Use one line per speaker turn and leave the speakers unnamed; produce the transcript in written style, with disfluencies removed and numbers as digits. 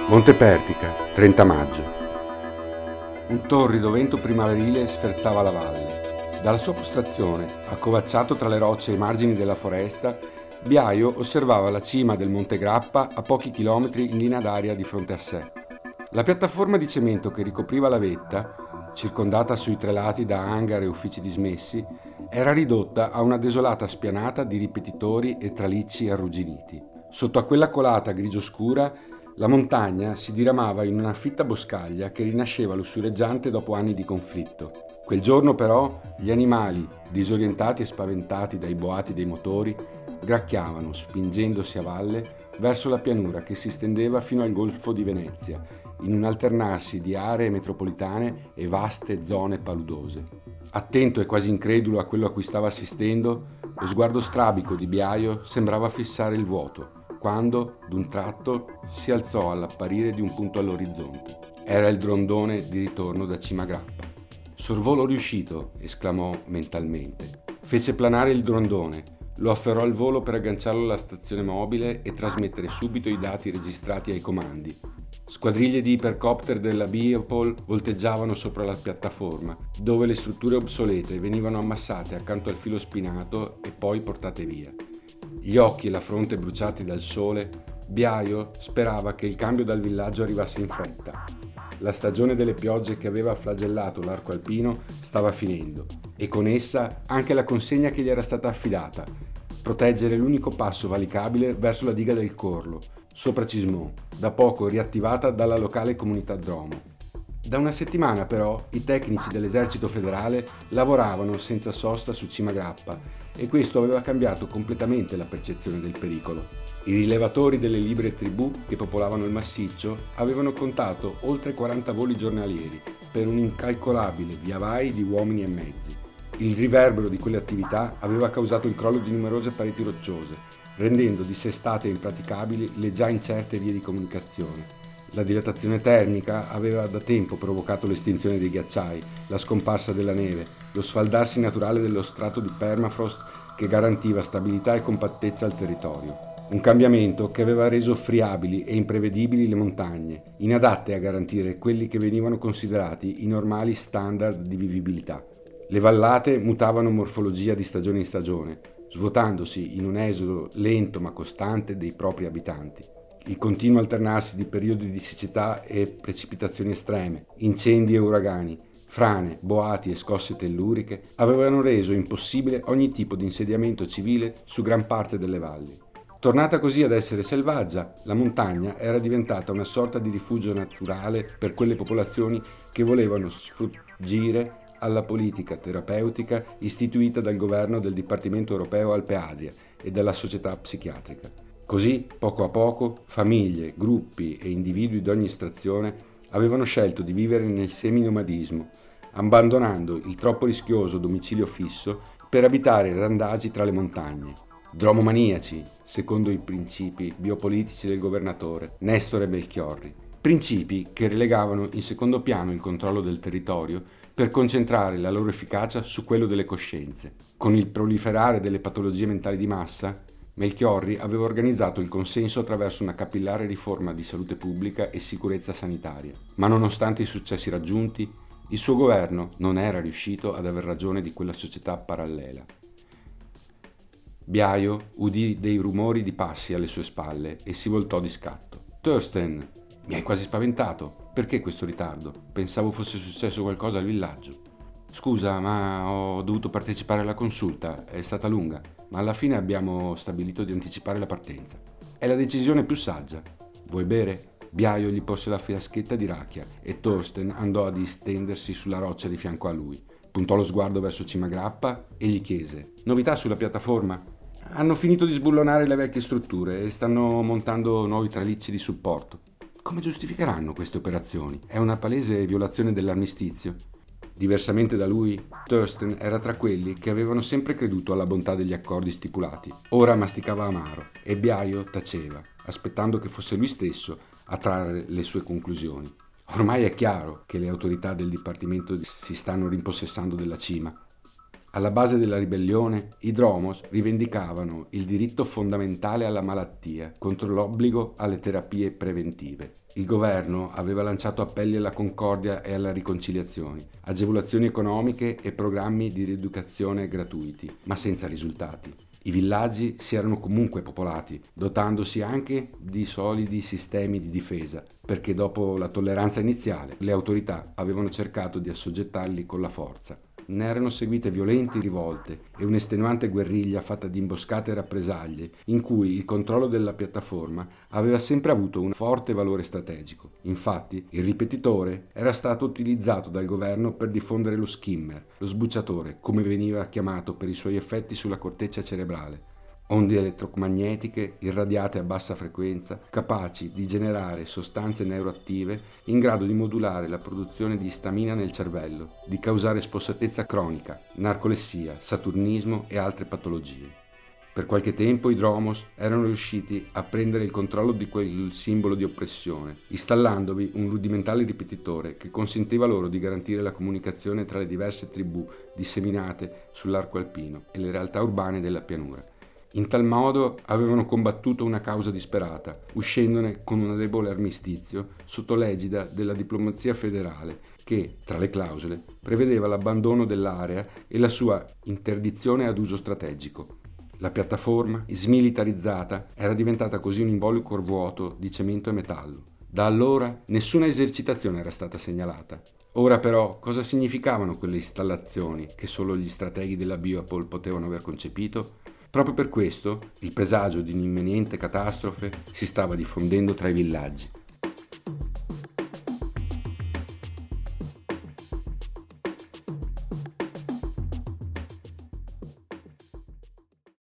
Monte Pertica, 30 maggio. Un torrido vento primaverile sferzava la valle. Dalla sua postazione, accovacciato tra le rocce ai margini della foresta, Biaio osservava la cima del Monte Grappa a pochi chilometri in linea d'aria di fronte a sé. La piattaforma di cemento che ricopriva la vetta, circondata sui tre lati da hangar e uffici dismessi, era ridotta a una desolata spianata di ripetitori e tralicci arrugginiti. Sotto a quella colata grigio scura, la montagna si diramava in una fitta boscaglia che rinasceva lussureggiante dopo anni di conflitto. Quel giorno però gli animali, disorientati e spaventati dai boati dei motori, gracchiavano, spingendosi a valle verso la pianura che si stendeva fino al golfo di Venezia, in un alternarsi di aree metropolitane e vaste zone paludose. Attento e quasi incredulo a quello a cui stava assistendo, lo sguardo strabico di Biaio sembrava fissare il vuoto, quando, d'un tratto, si alzò all'apparire di un punto all'orizzonte. Era il drondone di ritorno da Cima Grappa. «Sorvolo riuscito!» esclamò mentalmente. Fece planare il drondone, lo afferrò al volo per agganciarlo alla stazione mobile e trasmettere subito i dati registrati ai comandi. Squadriglie di ipercopter della Biopol volteggiavano sopra la piattaforma, dove le strutture obsolete venivano ammassate accanto al filo spinato e poi portate via. Gli occhi e la fronte bruciati dal sole, Biaio sperava che il cambio dal villaggio arrivasse in fretta. La stagione delle piogge che aveva flagellato l'arco alpino stava finendo e con essa anche la consegna che gli era stata affidata: proteggere l'unico passo valicabile verso la diga del Corlo, sopra Cismon, da poco riattivata dalla locale comunità Dromo. Da una settimana però i tecnici dell'esercito federale lavoravano senza sosta su Cima Grappa e questo aveva cambiato completamente la percezione del pericolo. I rilevatori delle libere tribù che popolavano il massiccio avevano contato oltre 40 voli giornalieri per un incalcolabile viavai di uomini e mezzi. Il riverbero di quelle attività aveva causato il crollo di numerose pareti rocciose, rendendo dissestate e impraticabili le già incerte vie di comunicazione. La dilatazione termica aveva da tempo provocato l'estinzione dei ghiacciai, la scomparsa della neve, lo sfaldarsi naturale dello strato di permafrost che garantiva stabilità e compattezza al territorio. Un cambiamento che aveva reso friabili e imprevedibili le montagne, inadatte a garantire quelli che venivano considerati i normali standard di vivibilità. Le vallate mutavano morfologia di stagione in stagione, svuotandosi in un esodo lento ma costante dei propri abitanti. Il continuo alternarsi di periodi di siccità e precipitazioni estreme, incendi e uragani, frane, boati e scosse telluriche avevano reso impossibile ogni tipo di insediamento civile su gran parte delle valli. Tornata così ad essere selvaggia, la montagna era diventata una sorta di rifugio naturale per quelle popolazioni che volevano sfuggire alla politica terapeutica istituita dal governo del Dipartimento Europeo Alpe Adria e dalla società psichiatrica. Così, poco a poco, famiglie, gruppi e individui di ogni estrazione avevano scelto di vivere nel seminomadismo, abbandonando il troppo rischioso domicilio fisso per abitare randagi tra le montagne. Dromomaniaci, secondo i principi biopolitici del governatore Nestore Belchiorri. Principi che relegavano in secondo piano il controllo del territorio per concentrare la loro efficacia su quello delle coscienze. Con il proliferare delle patologie mentali di massa, Melchiorri aveva organizzato il consenso attraverso una capillare riforma di salute pubblica e sicurezza sanitaria. Ma nonostante i successi raggiunti, il suo governo non era riuscito ad aver ragione di quella società parallela. Biaio udì dei rumori di passi alle sue spalle e si voltò di scatto. «Thorsten, mi hai quasi spaventato. Perché questo ritardo? Pensavo fosse successo qualcosa al villaggio». «Scusa, ma ho dovuto partecipare alla consulta, è stata lunga, ma alla fine abbiamo stabilito di anticipare la partenza. È la decisione più saggia. Vuoi bere?» Biaio gli porse la fiaschetta di rakia e Thorsten andò a distendersi sulla roccia di fianco a lui. Puntò lo sguardo verso Cima Grappa e gli chiese: «Novità sulla piattaforma?» «Hanno finito di sbullonare le vecchie strutture e stanno montando nuovi tralicci di supporto». «Come giustificheranno queste operazioni? È una palese violazione dell'armistizio». Diversamente da lui, Thorsten era tra quelli che avevano sempre creduto alla bontà degli accordi stipulati. Ora masticava amaro e Biaio taceva, aspettando che fosse lui stesso a trarre le sue conclusioni. Ormai è chiaro che le autorità del Dipartimento si stanno rimpossessando della cima. Alla base della ribellione, i Dromos rivendicavano il diritto fondamentale alla malattia contro l'obbligo alle terapie preventive. Il governo aveva lanciato appelli alla concordia e alla riconciliazione, agevolazioni economiche e programmi di rieducazione gratuiti, ma senza risultati. I villaggi si erano comunque popolati, dotandosi anche di solidi sistemi di difesa, perché dopo la tolleranza iniziale le autorità avevano cercato di assoggettarli con la forza. Ne erano seguite violenti rivolte e un'estenuante guerriglia fatta di imboscate e rappresaglie, in cui il controllo della piattaforma aveva sempre avuto un forte valore strategico. Infatti, il ripetitore era stato utilizzato dal governo per diffondere lo skimmer, lo sbucciatore, come veniva chiamato per i suoi effetti sulla corteccia cerebrale. Onde elettromagnetiche irradiate a bassa frequenza, capaci di generare sostanze neuroattive in grado di modulare la produzione di istamina nel cervello, di causare spossatezza cronica, narcolessia, saturnismo e altre patologie. Per qualche tempo i Dromos erano riusciti a prendere il controllo di quel simbolo di oppressione, installandovi un rudimentale ripetitore che consentiva loro di garantire la comunicazione tra le diverse tribù disseminate sull'arco alpino e le realtà urbane della pianura. In tal modo avevano combattuto una causa disperata, uscendone con un debole armistizio sotto l'egida della diplomazia federale che, tra le clausole, prevedeva l'abbandono dell'area e la sua interdizione ad uso strategico. La piattaforma, smilitarizzata, era diventata così un involucro vuoto di cemento e metallo. Da allora nessuna esercitazione era stata segnalata. Ora però cosa significavano quelle installazioni che solo gli strateghi della Biopol potevano aver concepito? Proprio per questo il presagio di un'imminente catastrofe si stava diffondendo tra i villaggi.